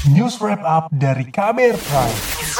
News Wrap Up dari KBR Prime.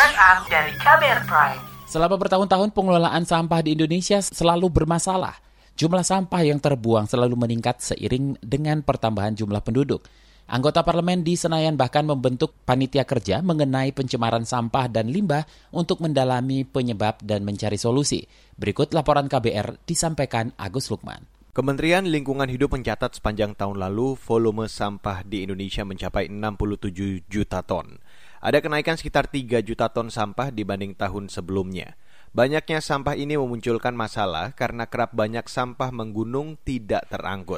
Selama bertahun-tahun pengelolaan sampah di Indonesia selalu bermasalah. Jumlah sampah yang terbuang selalu meningkat seiring dengan pertambahan jumlah penduduk. Anggota parlemen di Senayan bahkan membentuk panitia kerja mengenai pencemaran sampah dan limbah untuk mendalami penyebab dan mencari solusi. Berikut laporan KBR disampaikan Agus Lukman. Kementerian Lingkungan Hidup mencatat sepanjang tahun lalu volume sampah di Indonesia mencapai 67 juta ton. Ada kenaikan sekitar 3 juta ton sampah dibanding tahun sebelumnya. Banyaknya sampah ini memunculkan masalah karena kerap banyak sampah menggunung tidak terangkut.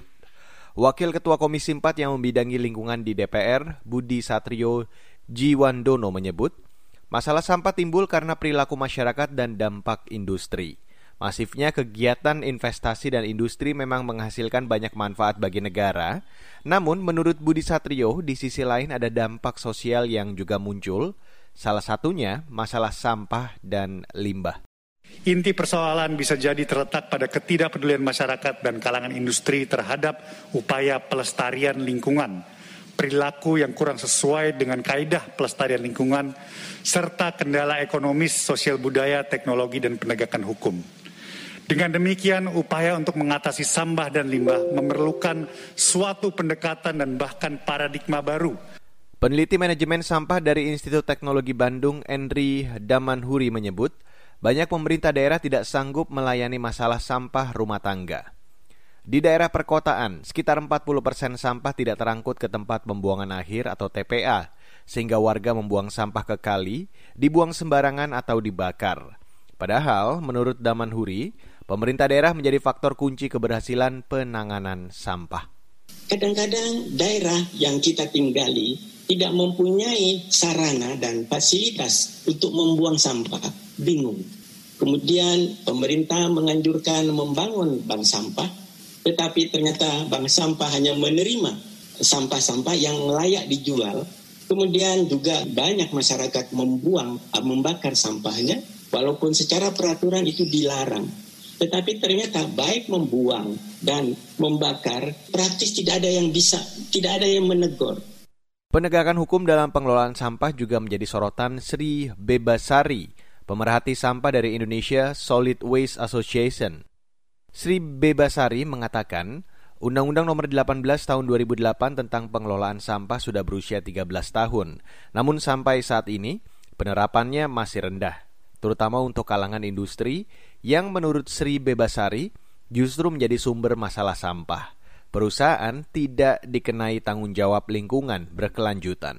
Wakil Ketua Komisi 4 yang membidangi lingkungan di DPR, Budi Satrio Jiwandono menyebut, masalah sampah timbul karena perilaku masyarakat dan dampak industri. Masifnya kegiatan investasi dan industri memang menghasilkan banyak manfaat bagi negara. Namun, menurut Budi Satrio, di sisi lain ada dampak sosial yang juga muncul. Salah satunya masalah sampah dan limbah. Inti persoalan bisa jadi terletak pada ketidakpedulian masyarakat dan kalangan industri terhadap upaya pelestarian lingkungan, perilaku yang kurang sesuai dengan kaidah pelestarian lingkungan, serta kendala ekonomis, sosial budaya, teknologi, dan penegakan hukum. Dengan demikian, upaya untuk mengatasi sampah dan limbah memerlukan suatu pendekatan dan bahkan paradigma baru. Peneliti manajemen sampah dari Institut Teknologi Bandung, Endri Damanhuri menyebut, banyak pemerintah daerah tidak sanggup melayani masalah sampah rumah tangga. Di daerah perkotaan, sekitar 40% sampah tidak terangkut ke tempat pembuangan akhir atau TPA, sehingga warga membuang sampah ke kali, dibuang sembarangan atau dibakar. Padahal, menurut Damanhuri, pemerintah daerah menjadi faktor kunci keberhasilan penanganan sampah. Kadang-kadang daerah yang kita tinggali tidak mempunyai sarana dan fasilitas untuk membuang sampah, bingung. Kemudian pemerintah menganjurkan membangun bank sampah, tetapi ternyata bank sampah hanya menerima sampah-sampah yang layak dijual. Kemudian juga banyak masyarakat membakar sampahnya, walaupun secara peraturan itu dilarang. Tetapi ternyata baik membuang dan membakar, praktis tidak ada yang menegur. Penegakan hukum dalam pengelolaan sampah juga menjadi sorotan Sri Bebasari, pemerhati sampah dari Indonesia Solid Waste Association. Sri Bebasari mengatakan, Undang-Undang Nomor 18 Tahun 2008 tentang pengelolaan sampah sudah berusia 13 tahun. Namun sampai saat ini, penerapannya masih rendah, terutama untuk kalangan industri yang menurut Sri Bebasari justru menjadi sumber masalah sampah. Perusahaan tidak dikenai tanggung jawab lingkungan berkelanjutan.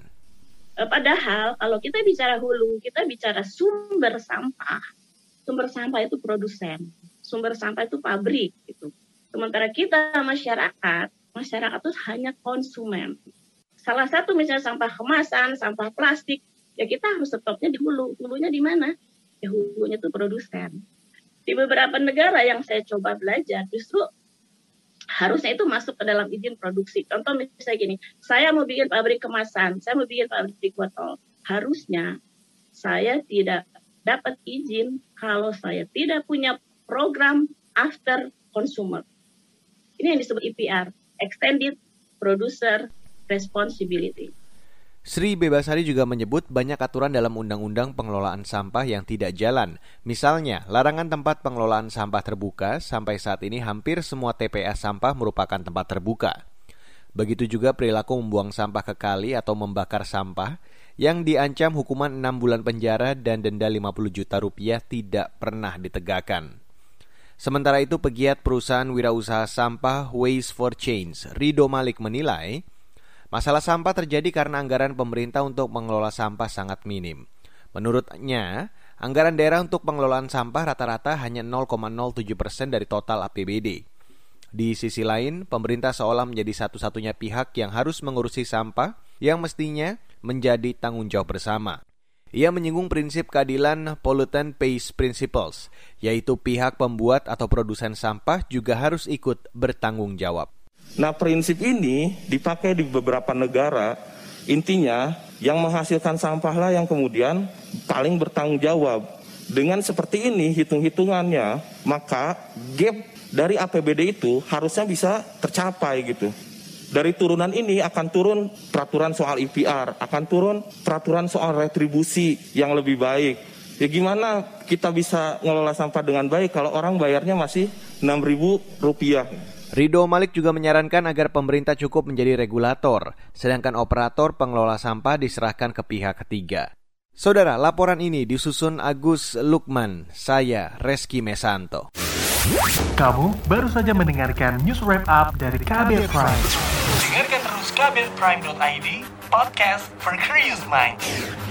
Padahal kalau kita bicara hulu, kita bicara sumber sampah. Sumber sampah itu produsen, sumber sampah itu pabrik gitu. Sementara kita masyarakat itu hanya konsumen. Salah satu misalnya sampah kemasan, sampah plastik, ya kita harus stopnya di hulu. Hulunya di mana? Ya hulunya itu produsen. Di beberapa negara yang saya coba belajar, justru harusnya itu masuk ke dalam izin produksi. Contoh misalnya gini, saya mau bikin pabrik kemasan, saya mau bikin pabrik botol. Harusnya saya tidak dapat izin kalau saya tidak punya program after consumer. Ini yang disebut EPR, Extended Producer Responsibility. Sri Bebasari juga menyebut banyak aturan dalam Undang-Undang Pengelolaan Sampah yang tidak jalan. Misalnya, larangan tempat pengelolaan sampah terbuka, sampai saat ini hampir semua TPA sampah merupakan tempat terbuka. Begitu juga perilaku membuang sampah ke kali atau membakar sampah, yang diancam hukuman 6 bulan penjara dan denda 50 juta rupiah tidak pernah ditegakkan. Sementara itu, pegiat perusahaan wirausaha sampah Waste for Change, Rido Malik menilai, masalah sampah terjadi karena anggaran pemerintah untuk mengelola sampah sangat minim. Menurutnya, anggaran daerah untuk pengelolaan sampah rata-rata hanya 0,07% dari total APBD. Di sisi lain, pemerintah seolah menjadi satu-satunya pihak yang harus mengurusi sampah yang mestinya menjadi tanggung jawab bersama. Ia menyinggung prinsip keadilan pollutant pays principles, yaitu pihak pembuat atau produsen sampah juga harus ikut bertanggung jawab. Nah, prinsip ini dipakai di beberapa negara, intinya yang menghasilkan sampahlah yang kemudian paling bertanggung jawab. Dengan seperti ini hitung-hitungannya, maka gap dari APBD itu harusnya bisa tercapai gitu. Dari turunan ini akan turun peraturan soal IPR, akan turun peraturan soal retribusi yang lebih baik. Ya gimana kita bisa ngelola sampah dengan baik kalau orang bayarnya masih Rp6.000? Ridho Malik juga menyarankan agar pemerintah cukup menjadi regulator, sedangkan operator pengelola sampah diserahkan ke pihak ketiga. Saudara, laporan ini disusun Agus Lukman, saya Reski Mesanto. Kamu baru saja mendengarkan news wrap up dari KBR Prime. Dengarkan terus kbrprime.id, podcast for curious minds.